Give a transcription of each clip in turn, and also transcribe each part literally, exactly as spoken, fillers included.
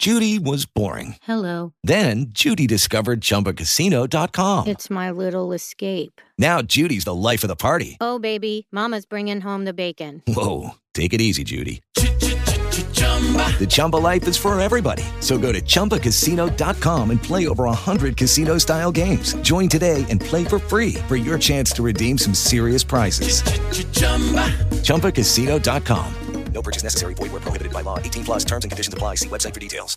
Judy was boring. Hello. Then Judy discovered Chumba Casino dot com. It's my little escape. Now Judy's the life of the party. Oh, baby, mama's bringing home the bacon. Whoa, take it easy, Judy. The Chumba life is for everybody. So go to Chumba Casino dot com and play over one hundred casino-style games. Join today and play for free for your chance to redeem some serious prizes. Chumba Casino dot com. No purchase necessary. Void where prohibited by law. eighteen plus terms and conditions apply. See website for details.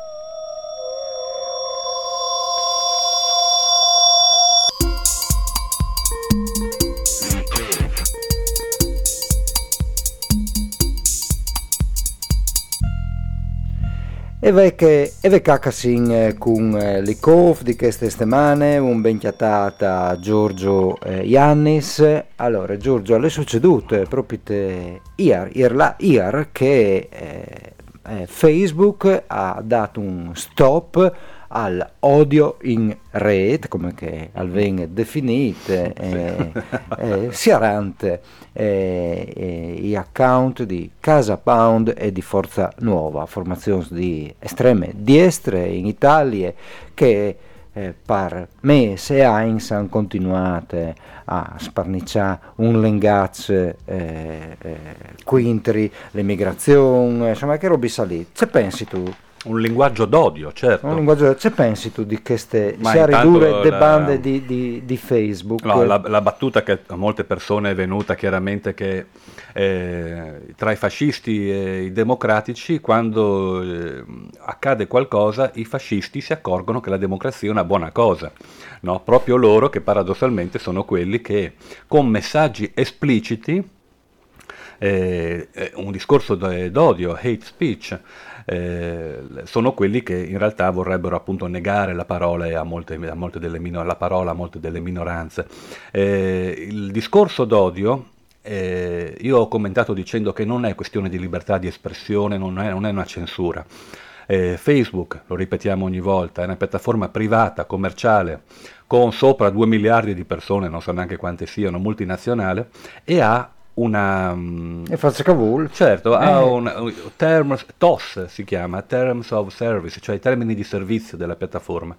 E ve che e ve caccasin eh, con eh, le cov di queste settimane, un ben chiatata a Giorgio eh, Iannis. Allora Giorgio, alle succedute proprio te, ier, ier, la, ier che eh, eh, Facebook ha dato un stop all'odio in rete, come che viene definito, eh, eh, siarante eh, eh, gli account di Casa Pound e di Forza Nuova, formazioni di estreme destre in Italia che eh, per mesi e anni hanno continuato a sparniciare un linguaggio eh, eh, quintri l'immigrazione, insomma che robi salì. Che pensi tu? Un linguaggio d'odio, certo. Un linguaggio, che pensi tu di queste Ma sia ridurre le la... bande di, di, di Facebook? No, la, la battuta che a molte persone è venuta chiaramente che eh, tra i fascisti e i democratici, quando eh, accade qualcosa, i fascisti si accorgono che la democrazia è una buona cosa, no? Proprio loro che paradossalmente sono quelli che con messaggi espliciti, eh, un discorso d'odio, hate speech, Eh, sono quelli che in realtà vorrebbero appunto negare la parola a molte, a molte delle minor- la parola a molte delle minoranze. Eh, il discorso d'odio, eh, io ho commentato dicendo che non è questione di libertà di espressione, non è, non è una censura. Eh, Facebook, lo ripetiamo ogni volta, è una piattaforma privata, commerciale, con sopra due miliardi di persone, non so neanche quante siano, multinazionale, e ha una e faccia cavolo, certo, eh. ha un, un terms, T O S si chiama, Terms of Service, cioè i termini di servizio della piattaforma.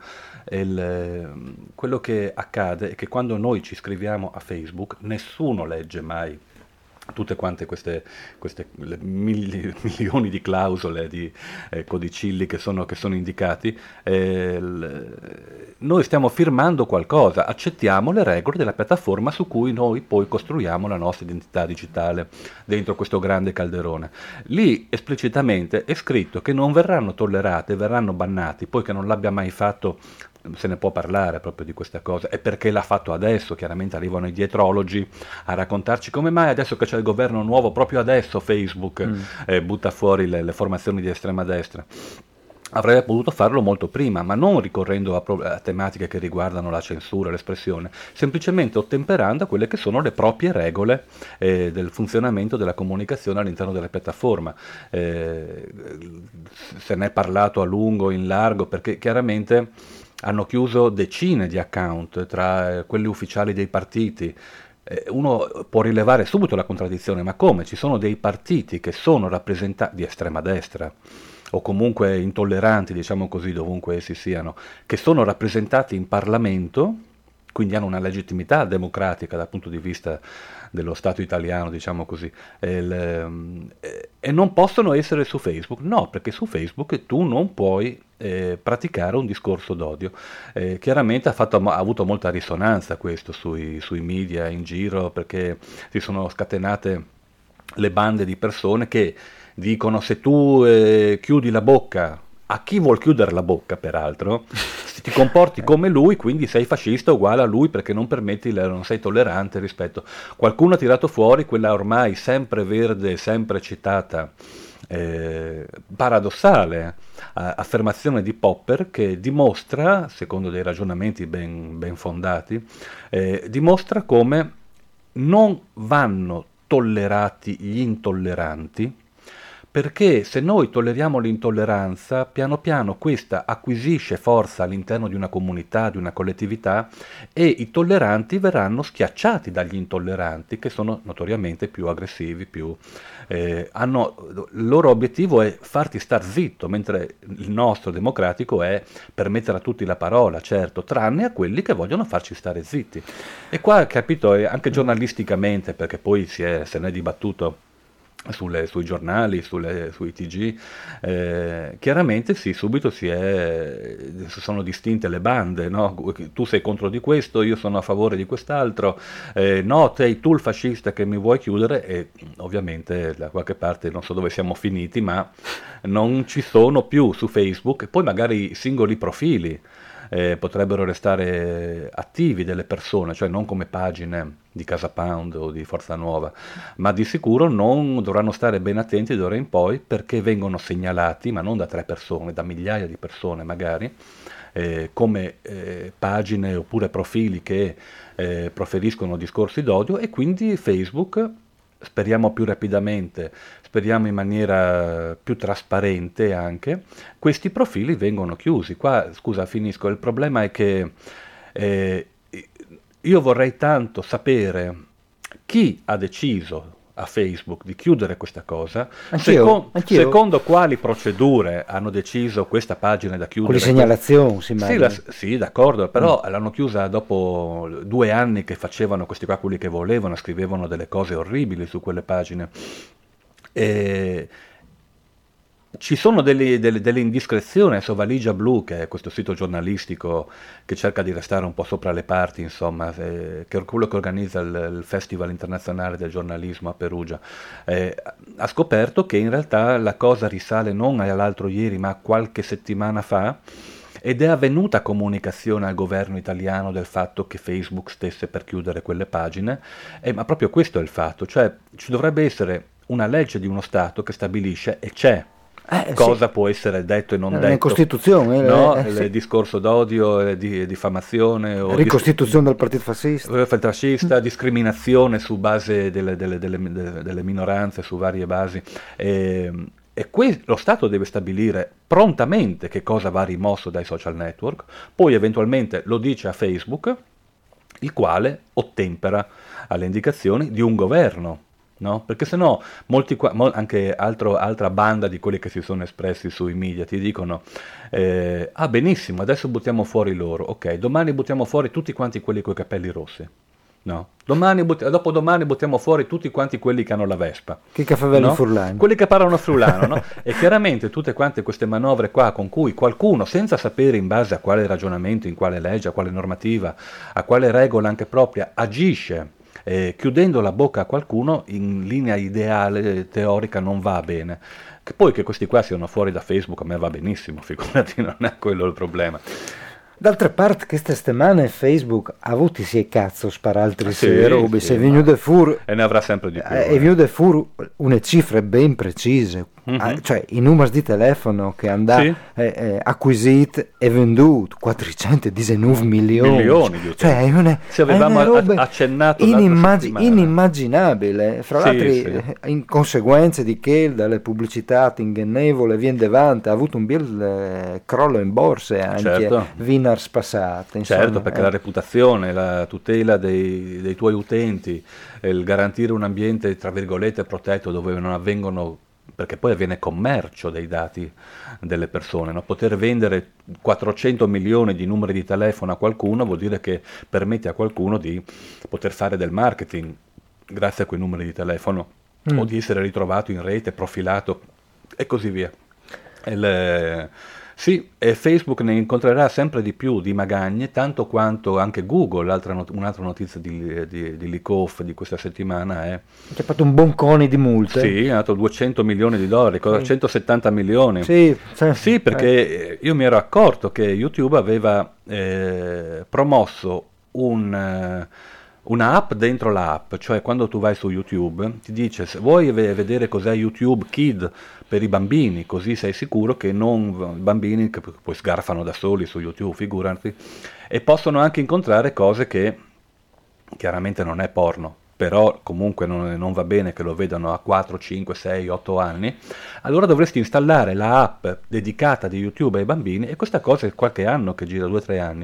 Il, quello che accade è che quando noi ci iscriviamo a Facebook nessuno legge mai tutte quante queste, queste mili, milioni di clausole, di eh, codicilli che sono, che sono indicati. Eh, l, noi stiamo firmando qualcosa, accettiamo le regole della piattaforma su cui noi poi costruiamo la nostra identità digitale dentro questo grande calderone. Lì esplicitamente è scritto che non verranno tollerate, verranno bannati, poi che non l'abbia mai fatto se ne può parlare proprio di questa cosa, e perché l'ha fatto adesso. Chiaramente arrivano i dietrologi a raccontarci come mai adesso che c'è il governo nuovo, proprio adesso Facebook mm. eh, butta fuori le, le formazioni di estrema destra. Avrebbe potuto farlo molto prima, ma non ricorrendo a, pro- a tematiche che riguardano la censura, l'espressione, semplicemente ottemperando a quelle che sono le proprie regole eh, del funzionamento della comunicazione all'interno della piattaforma. Eh, se ne è parlato a lungo, in largo, perché chiaramente hanno chiuso decine di account tra quelli ufficiali dei partiti. Eh, uno può rilevare subito la contraddizione, ma come? Ci sono dei partiti che sono rappresentati di estrema destra o comunque intolleranti, diciamo così, dovunque essi siano, che sono rappresentati in Parlamento, quindi hanno una legittimità democratica dal punto di vista dello Stato italiano, diciamo così, e, il, e non possono essere su Facebook. No, perché su Facebook tu non puoi eh, praticare un discorso d'odio. Eh, chiaramente ha, fatto, ha avuto molta risonanza questo sui, sui media in giro, perché si sono scatenate le bande di persone che dicono: se tu eh, chiudi la bocca a chi vuol chiudere la bocca, peraltro, se ti comporti come lui, quindi sei fascista uguale a lui, perché non permetti, non sei tollerante rispetto. Qualcuno ha tirato fuori quella ormai sempre verde, sempre citata, eh, paradossale eh, affermazione di Popper, che dimostra, secondo dei ragionamenti ben, ben fondati, eh, dimostra come non vanno tollerati gli intolleranti, Perché se noi tolleriamo l'intolleranza, piano piano questa acquisisce forza all'interno di una comunità, di una collettività, e i tolleranti verranno schiacciati dagli intolleranti, che sono notoriamente più aggressivi, più, eh, hanno, il loro obiettivo è farti star zitto, mentre il nostro democratico è permettere a tutti la parola, certo, tranne a quelli che vogliono farci stare zitti. E qua, capito, anche giornalisticamente, perché poi si è, se ne è dibattuto Sulle, sui giornali, sulle, sui T G, eh, chiaramente sì, subito si, è, si sono distinte le bande, no? Tu sei contro di questo, io sono a favore di quest'altro, eh, no, sei tu il fascista che mi vuoi chiudere, e ovviamente da qualche parte non so dove siamo finiti, ma non ci sono più su Facebook, e poi magari i singoli profili Eh, potrebbero restare attivi delle persone, cioè non come pagine di Casa Pound o di Forza Nuova, ma di sicuro non dovranno stare ben attenti d'ora in poi, perché vengono segnalati, ma non da tre persone, da migliaia di persone magari, eh, come eh, pagine oppure profili che eh, proferiscono discorsi d'odio, e quindi Facebook, speriamo più rapidamente, speriamo in maniera più trasparente anche, questi profili vengono chiusi. Qua, scusa, finisco, il problema è che eh, io vorrei tanto sapere chi ha deciso a Facebook di chiudere questa cosa, Anch'io, Secon- anch'io. secondo quali procedure hanno deciso questa pagina da chiudere. Con le segnalazioni, si Sì, la, sì, d'accordo, però mm. l'hanno chiusa dopo due anni che facevano questi qua quelli che volevano, scrivevano delle cose orribili su quelle pagine. E ci sono delle, delle, delle indiscrezioni su Valigia Blu, che è questo sito giornalistico che cerca di restare un po' sopra le parti, insomma, eh, che è quello che organizza il, il Festival Internazionale del Giornalismo a Perugia. Eh, ha scoperto che in realtà la cosa risale non all'altro ieri, ma a qualche settimana fa, ed è avvenuta comunicazione al governo italiano del fatto che Facebook stesse per chiudere quelle pagine, eh, ma proprio questo è il fatto, cioè ci dovrebbe essere una legge di uno Stato che stabilisce, e c'è, Eh, cosa sì. può essere detto e non detto. In Costituzione. No? Eh, il sì. discorso d'odio, eh, di diffamazione. O ricostituzione dis- del partito fascista. fascista, discriminazione su base delle, delle, delle, delle minoranze, su varie basi. E, e que- lo Stato deve stabilire prontamente che cosa va rimosso dai social network, poi eventualmente lo dice a Facebook, il quale ottempera alle indicazioni di un governo. No? Perché se no molti qua, mol, anche altro, altra banda di quelli che si sono espressi sui media ti dicono eh, ah benissimo, adesso buttiamo fuori loro, ok, domani buttiamo fuori tutti quanti quelli con i capelli rossi, no, domani but- dopodomani buttiamo fuori tutti quanti quelli che hanno la Vespa, che cafavelli no? furlani, quelli che parlano friulano, no? E chiaramente tutte quante queste manovre qua con cui qualcuno, senza sapere in base a quale ragionamento, in quale legge, a quale normativa, a quale regola anche propria agisce, Eh, chiudendo la bocca a qualcuno, in linea ideale teorica non va bene. Che poi che questi qua siano fuori da Facebook a me va benissimo, figurati, non è quello il problema. D'altra parte, queste settimane Facebook ha avuto sia cazzo sparato ah, sì, se robe, sì, se è venuto fuori, e ne avrà sempre di più. È venuto fuori une cifre ben precise, mm-hmm. cioè i numeri di telefono che hanno sì. eh, eh, acquisito e venduto quattrocentodiciannove milioni, milioni di cioè è una, ci avevamo è una accennato inimmag- inimmaginabile, fra sì, l'altro sì. in conseguenza di che dalle pubblicità ingannevole viene davanti, ha avuto un bel eh, crollo in borsa anche certo. Vina spassate, insomma, certo, perché eh. la reputazione, la tutela dei, dei tuoi utenti, il garantire un ambiente tra virgolette protetto dove non avvengono, perché poi avviene commercio dei dati delle persone, no? Poter vendere quattrocento milioni di numeri di telefono a qualcuno vuol dire che permette a qualcuno di poter fare del marketing grazie a quei numeri di telefono mm. o di essere ritrovato in rete, profilato e così via. Il, Sì, e Facebook ne incontrerà sempre di più di magagne, tanto quanto anche Google. L'altra not- un'altra notizia di, di, di leak-off di questa settimana è che ha fatto un boncone di multe. Sì, ha dato duecento milioni di dollari, cosa, sì. centosettanta milioni. Sì, sì, sì perché eh. io mi ero accorto che YouTube aveva eh, promosso un... Eh, una app dentro l'app, cioè quando tu vai su YouTube ti dice se vuoi vedere cos'è YouTube Kid per i bambini, così sei sicuro che non bambini che poi sgarfano da soli su YouTube, figurati, e possono anche incontrare cose che chiaramente non è porno, però comunque non, non va bene che lo vedano a quattro, cinque, sei, otto anni, allora dovresti installare la app dedicata di YouTube ai bambini, e questa cosa è qualche anno che gira, due o tre anni.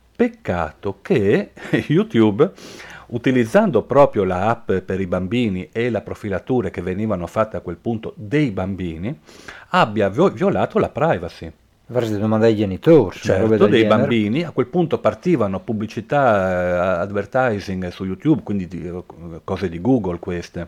Peccato che YouTube, utilizzando proprio la app per i bambini e la profilatura che venivano fatte a quel punto dei bambini, abbia violato la privacy. Avresti domandato ai genitori. Certo, dei bambini, a quel punto partivano pubblicità, advertising su YouTube, quindi di, cose di Google queste,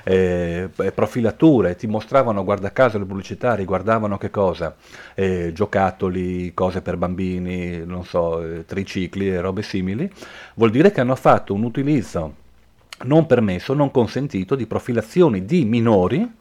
eh, profilature, ti mostravano guarda caso le pubblicità, riguardavano che cosa? Eh, giocattoli, cose per bambini, non so, eh, tricicli e robe simili. Vuol dire che hanno fatto un utilizzo non permesso, non consentito di profilazioni di minori,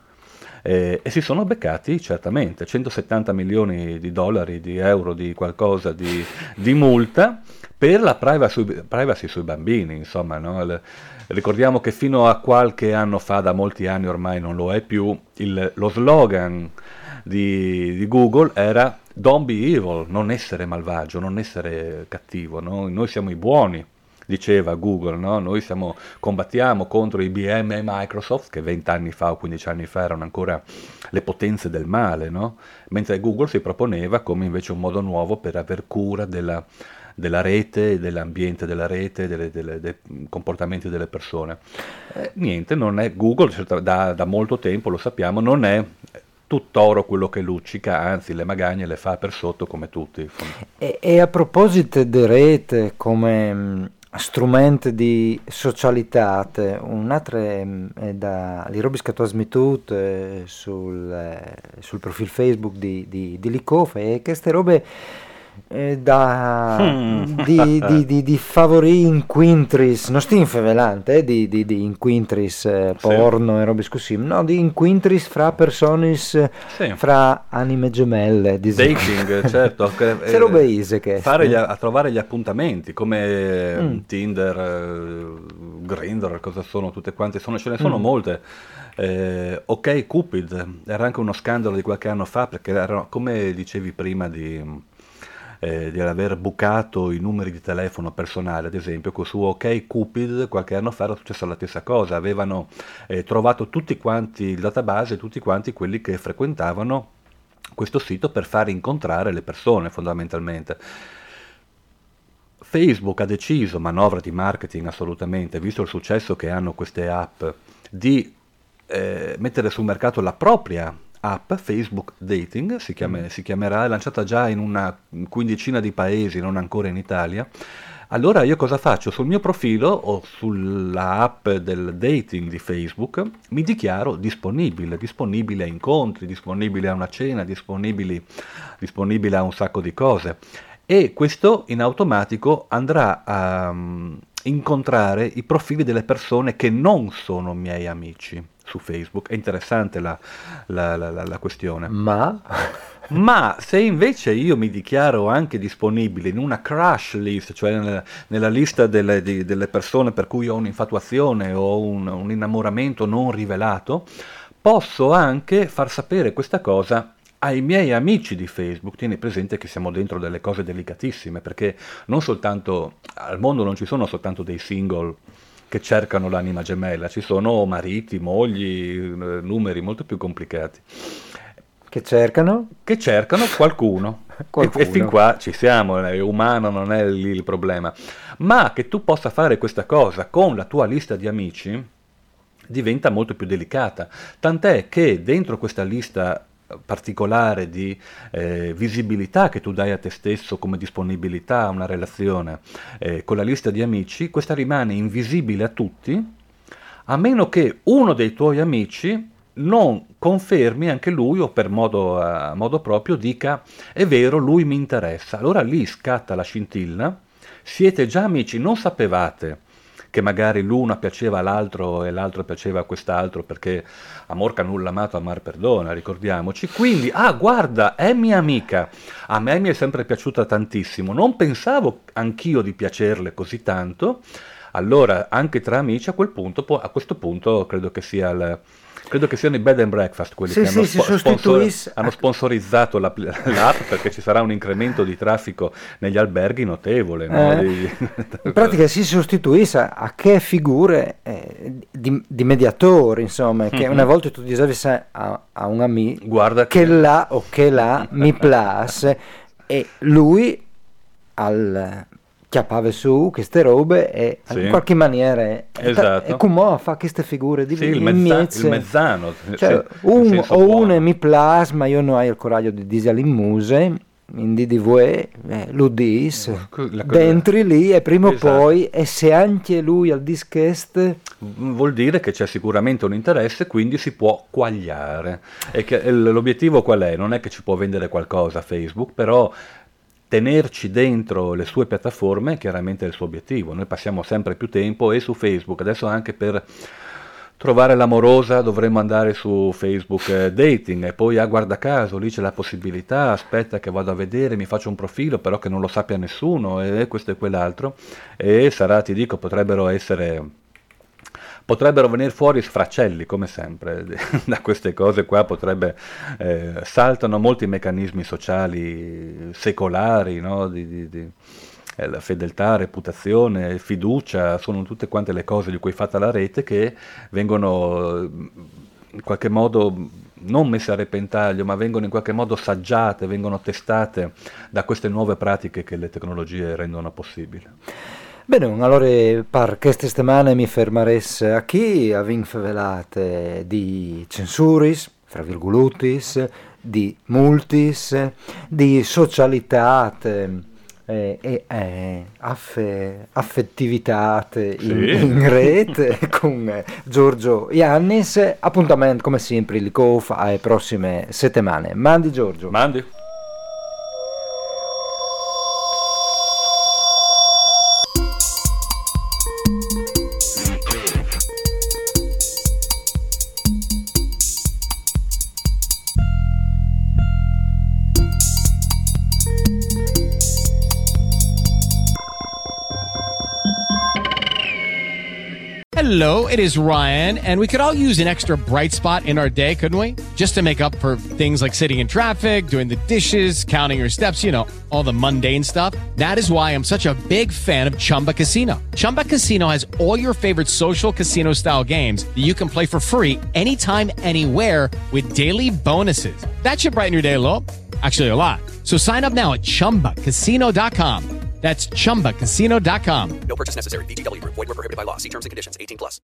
Eh, e si sono beccati certamente centosettanta milioni di dollari, di euro, di qualcosa di, di multa per la privacy, privacy sui bambini, insomma, no? Il, ricordiamo che fino a qualche anno fa, da molti anni ormai non lo è più, il, lo slogan di, di Google era "Don't be evil", non essere malvagio, non essere cattivo, no? Noi siamo i buoni, diceva Google, no? Noi siamo, combattiamo contro I B M e Microsoft, che vent'anni fa o quindici anni fa erano ancora le potenze del male, no? Mentre Google si proponeva come invece un modo nuovo per aver cura della, della rete, dell'ambiente della rete, delle, delle, dei comportamenti delle persone. Eh, niente, non è Google, certo, da, da molto tempo, lo sappiamo, non è tutt'oro quello che luccica, anzi le magagne le fa per sotto come tutti. E, e a proposito di rete come mh, strumento di socialità, un'altra è da le robe che ho trasmesso eh, sul, eh, sul profilo Facebook di, di, di Licof, e queste robe eh, da mm. di, di, di, di favorire inquintris, non sti infavelante eh, di, di, di inquintris eh, porno sì. e robe così, no, di inquintris fra persone, sì. fra anime gemelle, dating, certo, che, se robe easy che fare gli, a trovare gli appuntamenti come mm. Tinder, eh, Grindr, cosa sono tutte quante, sono, ce ne sono mm. molte. Eh, ok Cupid era anche uno scandalo di qualche anno fa, perché era, come dicevi prima di Eh, di aver bucato i numeri di telefono personali, ad esempio, su Ok Cupid qualche anno fa era successa la stessa cosa, avevano eh, trovato tutti quanti il database, tutti quanti quelli che frequentavano questo sito per far incontrare le persone fondamentalmente. Facebook ha deciso, manovra di marketing assolutamente, visto il successo che hanno queste app, di eh, mettere sul mercato la propria app Facebook Dating, si, chiama, mm. si chiamerà, è lanciata già in una quindicina di paesi, non ancora in Italia. Allora io cosa faccio? Sul mio profilo o sulla app del dating di Facebook mi dichiaro disponibile, disponibile a incontri, disponibile a una cena, disponibile, disponibile a un sacco di cose, e questo in automatico andrà a um, incontrare i profili delle persone che non sono miei amici su Facebook. È interessante la, la, la, la, la questione. Ma? Ma se invece io mi dichiaro anche disponibile in una crush list, cioè nella, nella lista delle, di, delle persone per cui ho un'infatuazione o un, un innamoramento non rivelato, posso anche far sapere questa cosa ai miei amici di Facebook. Tieni presente che siamo dentro delle cose delicatissime, perché non soltanto al mondo non ci sono soltanto dei single che cercano l'anima gemella, ci sono mariti, mogli, numeri molto più complicati. Che cercano? Che cercano qualcuno. qualcuno. E, e fin qua ci siamo, è umano, non è lì il problema. Ma che tu possa fare questa cosa con la tua lista di amici diventa molto più delicata. Tant'è che dentro questa lista particolare di eh, visibilità che tu dai a te stesso come disponibilità a una relazione eh, con la lista di amici, questa rimane invisibile a tutti, a meno che uno dei tuoi amici non confermi anche lui, o per modo, a modo proprio dica è vero, lui mi interessa. Allora lì scatta la scintilla, siete già amici, non sapevate che magari l'uno piaceva all'altro e l'altro piaceva a quest'altro, perché amor che nulla amato, amar perdona, ricordiamoci. Quindi, ah guarda, è mia amica, a me mi è sempre piaciuta tantissimo, non pensavo anch'io di piacerle così tanto, allora anche tra amici a quel punto, può, a questo punto credo che sia il... Credo che siano i bed and breakfast quelli sì, che sì, hanno, si spo- sponsor- sostituis- hanno sponsorizzato l'app, l'app perché ci sarà un incremento di traffico negli alberghi notevole. No? Eh, Di... in pratica si sostituisce a, a che figure eh, di, di mediatori, insomma, che mm-hmm. una volta tu dicevi a, a un amico guarda che che là o che là mi place e lui al... chiappava su queste robe e sì. in qualche maniera esatto. e come fa queste figure di sì, il, mezza, il mezzano cioè, sì, un, o buono. uno mi piace ma io non ho il coraggio di dire all'immuse quindi di voi eh, lo dis dentro lì e prima o esatto. poi e se anche lui al disquest vuol dire che c'è sicuramente un interesse, quindi si può quagliare e che, l'obiettivo qual è? Non è che ci può vendere qualcosa Facebook, però tenerci dentro le sue piattaforme è chiaramente il suo obiettivo. Noi passiamo sempre più tempo e su Facebook, adesso anche per trovare l'amorosa dovremmo andare su Facebook eh, Dating e poi a ah, guarda caso lì c'è la possibilità, aspetta che vado a vedere, mi faccio un profilo però che non lo sappia nessuno e questo e quell'altro e sarà, ti dico, potrebbero essere... potrebbero venire fuori sfracelli come sempre da queste cose qua, potrebbe eh, saltano molti meccanismi sociali secolari, no? di, di, di, eh, la fedeltà, reputazione, fiducia, sono tutte quante le cose di cui è fatta la rete che vengono in qualche modo non messe a repentaglio, ma vengono in qualche modo saggiate, vengono testate da queste nuove pratiche che le tecnologie rendono possibile. Bene, allora per queste settimane mi fermaresse a chi ha velate di censuris, fra virgolutis, di multis, di socialità e eh, eh, affe, affettività in, sì. in rete con Giorgio Iannis. Appuntamento come sempre il C O F alle prossime settimane. Mandi Giorgio. Mandi. Hello, it is Ryan, and we could all use an extra bright spot in our day, couldn't we? Just to make up for things like sitting in traffic, doing the dishes, counting your steps, you know, all the mundane stuff. That is why I'm such a big fan of Chumba Casino. Chumba Casino has all your favorite social casino-style games that you can play for free anytime, anywhere with daily bonuses. That should brighten your day a little. Actually, a lot. So sign up now at chumba casino dot com. That's chumba casino dot com. No purchase necessary. V G W Group. Void where prohibited by law. See terms and conditions. eighteen plus.